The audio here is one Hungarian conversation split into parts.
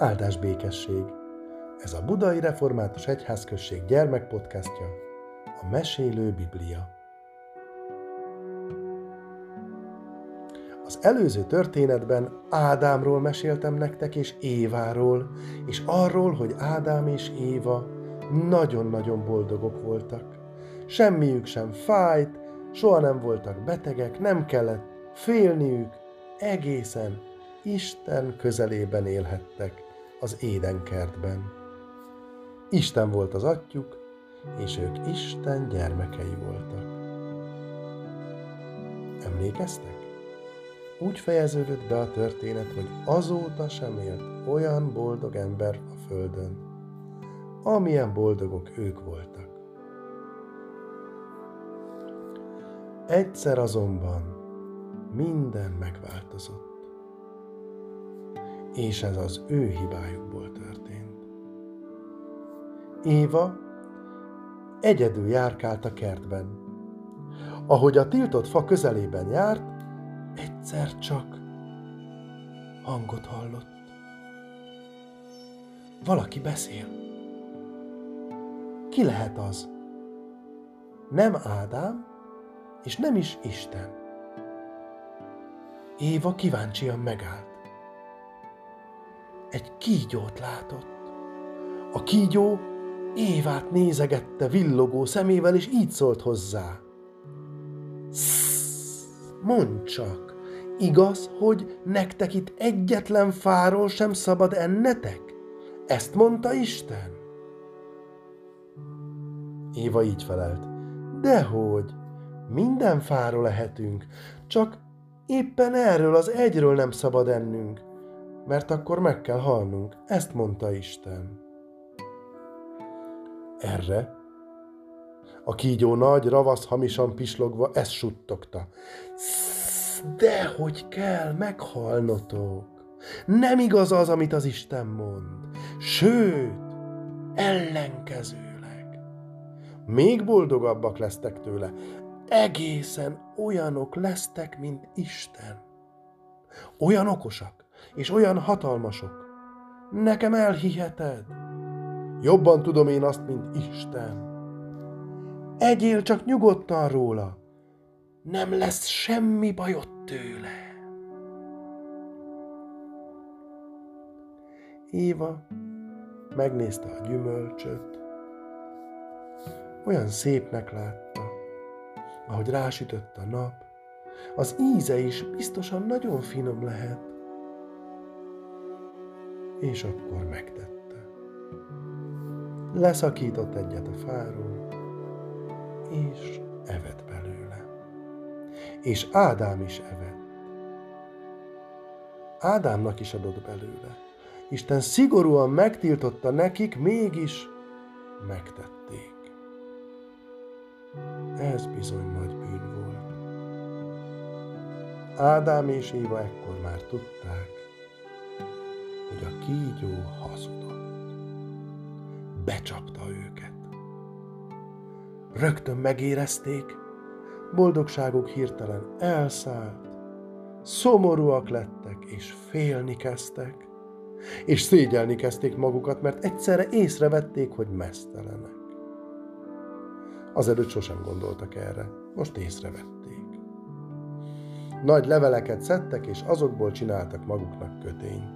Áldás békesség! Ez a Budai Református Egyházközség gyermekpodcastja, a Mesélő Biblia. Az előző történetben Ádámról meséltem nektek, és Éváról, és arról, hogy Ádám és Éva nagyon-nagyon boldogok voltak. Semmiük sem fájt, soha nem voltak betegek, nem kellett félniük, egészen Isten közelében élhettek az édenkertben. Isten volt az atyjuk, és ők Isten gyermekei voltak. Emlékeztek? Úgy fejeződött be a történet, hogy azóta sem élt olyan boldog ember a földön, amilyen boldogok ők voltak. Egyszer azonban minden megváltozott, és ez az ő hibájukból történt. Éva egyedül járkált a kertben. Ahogy a tiltott fa közelében járt, egyszer csak hangot hallott. Valaki beszél. Ki lehet az? Nem Ádám, és nem is Isten. Éva kíváncsian megállt. Egy kígyót látott. A kígyó Évát nézegette villogó szemével, és így szólt hozzá. Mondd csak, igaz, hogy nektek itt egyetlen fáról sem szabad ennetek? Ezt mondta Isten? Éva így felelt. Dehogy, minden fáról ehetünk, csak éppen erről az egyről nem szabad ennünk, mert akkor meg kell halnunk, ezt mondta Isten. Erre a kígyó nagy, ravasz, hamisan pislogva ezt suttogta. Dehogy kell meghalnotok. Nem igaz az, amit az Isten mond. Sőt, ellenkezőleg. Még boldogabbak lesztek tőle. Egészen olyanok lesztek, mint Isten. Olyan okosak, és olyan hatalmasok. Nekem elhiheted? Jobban tudom én azt, mint Isten. Egyél csak nyugodtan róla. Nem lesz semmi bajod tőle. Éva megnézte a gyümölcsöt. Olyan szépnek látta, ahogy rásütött a nap. Az íze is biztosan nagyon finom lehet. És akkor megtette. Leszakított egyet a fáról, és evett belőle. És Ádám is evett. Ádámnak is adott belőle. Isten szigorúan megtiltotta nekik, mégis megtették. Ez bizony nagy bűn volt. Ádám és Éva ekkor már tudták, hogy a kígyó hazudott. Becsapta őket. Rögtön megérezték, boldogságuk hirtelen elszállt, szomorúak lettek és félni kezdtek, és szégyelni kezdték magukat, mert egyszerre észrevették, hogy meztelenek. Azelőtt sosem gondoltak erre, most észrevették. Nagy leveleket szedtek, és azokból csináltak maguknak kötényt.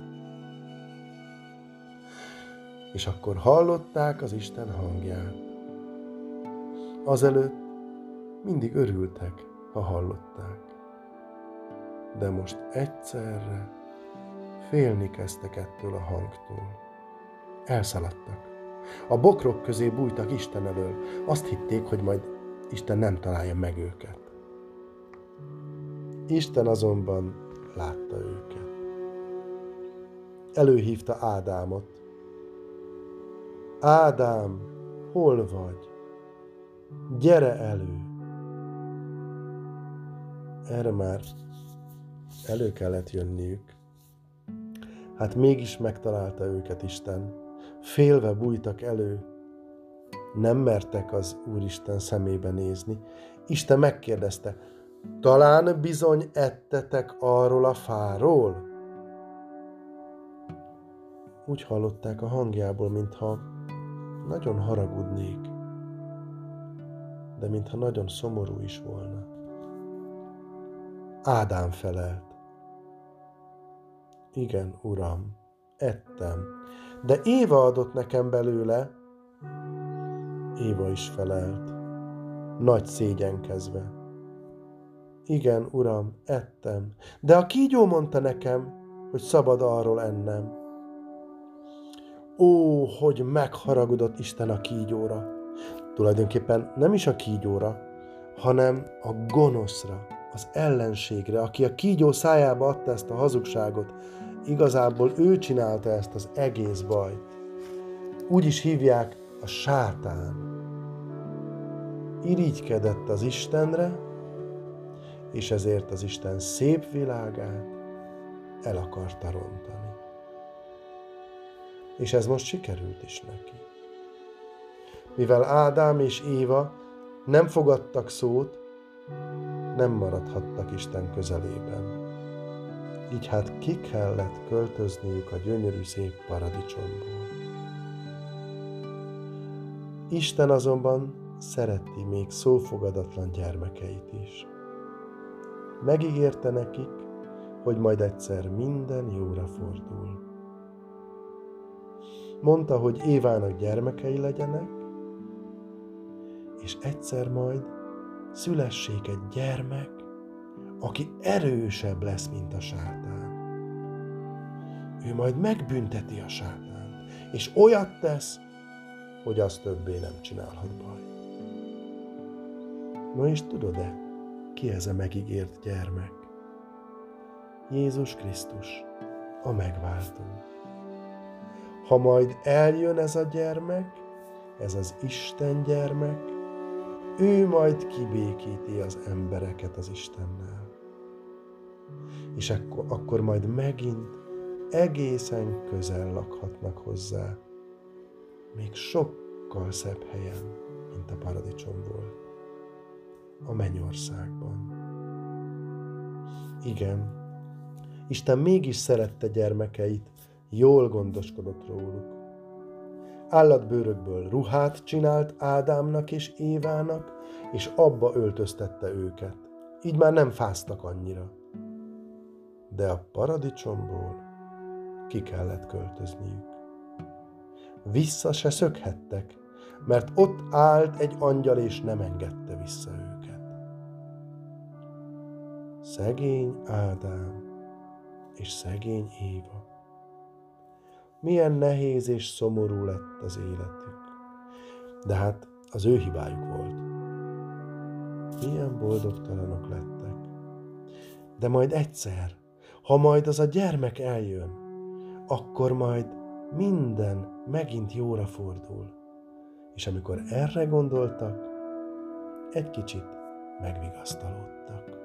És akkor hallották az Isten hangját. Azelőtt mindig örültek, ha hallották. De most egyszerre félni kezdtek ettől a hangtól. Elszaladtak. A bokrok közé bújtak Isten elől. Azt hitték, hogy majd Isten nem találja meg őket. Isten azonban látta őket. Előhívta Ádámot. Ádám, hol vagy? Gyere elő! Erre már elő kellett jönniük. Hát mégis megtalálta őket Isten. Félve bújtak elő. Nem mertek az Úristen szemébe nézni. Isten megkérdezte, talán bizony ettetek arról a fáról? úgy hallották a hangjából, mintha nagyon haragudnék, de mintha nagyon szomorú is volna. Ádám felelt. Igen, Uram, ettem, de Éva adott nekem belőle. Éva is felelt, nagy szégyenkezve. Igen, Uram, ettem, de a kígyó mondta nekem, hogy szabad arról ennem. Ó, hogy megharagudott Isten a kígyóra. Tulajdonképpen nem is a kígyóra, hanem a gonoszra, az ellenségre, aki a kígyó szájába adta ezt a hazugságot. Igazából ő csinálta ezt az egész bajt. Úgy is hívják, a sátán. Irigykedett az Istenre, és ezért az Isten szép világát el akarta rontani. És ez most sikerült is neki. Mivel Ádám és Éva nem fogadtak szót, nem maradhattak Isten közelében. Így hát ki kellett költözniük a gyönyörű szép paradicsomból. Isten azonban szereti még szófogadatlan gyermekeit is. Megígérte nekik, hogy majd egyszer minden jóra fordul. Mondta, hogy Évának gyermekei legyenek, és egyszer majd szülessék egy gyermek, aki erősebb lesz, mint a sátán. Ő majd megbünteti a sátánt, és olyat tesz, hogy az többé nem csinálhat bajt. Na és tudod-e, ki ez a megígért gyermek? Jézus Krisztus, a megváltó. Ha majd eljön ez a gyermek, ez az Isten gyermek, ő majd kibékíti az embereket az Istennel. És akkor majd megint egészen közel lakhatnak hozzá, még sokkal szebb helyen, mint a paradicsom volt, a mennyországban. Igen, Isten mégis szerette gyermekeit, jól gondoskodott róluk. Állatbőrökből ruhát csinált Ádámnak és Évának, és abba öltöztette őket. Így már nem fáztak annyira. De a paradicsomból ki kellett költözniük. Vissza se szökhettek, mert ott állt egy angyal, és nem engedte vissza őket. Szegény Ádám és szegény Éva. Milyen nehéz és szomorú lett az életük. De hát az ő hibájuk volt. Milyen boldogtalanok lettek. De majd egyszer, ha majd az a gyermek eljön, akkor majd minden megint jóra fordul. És amikor erre gondoltak, egy kicsit megvigasztalódtak.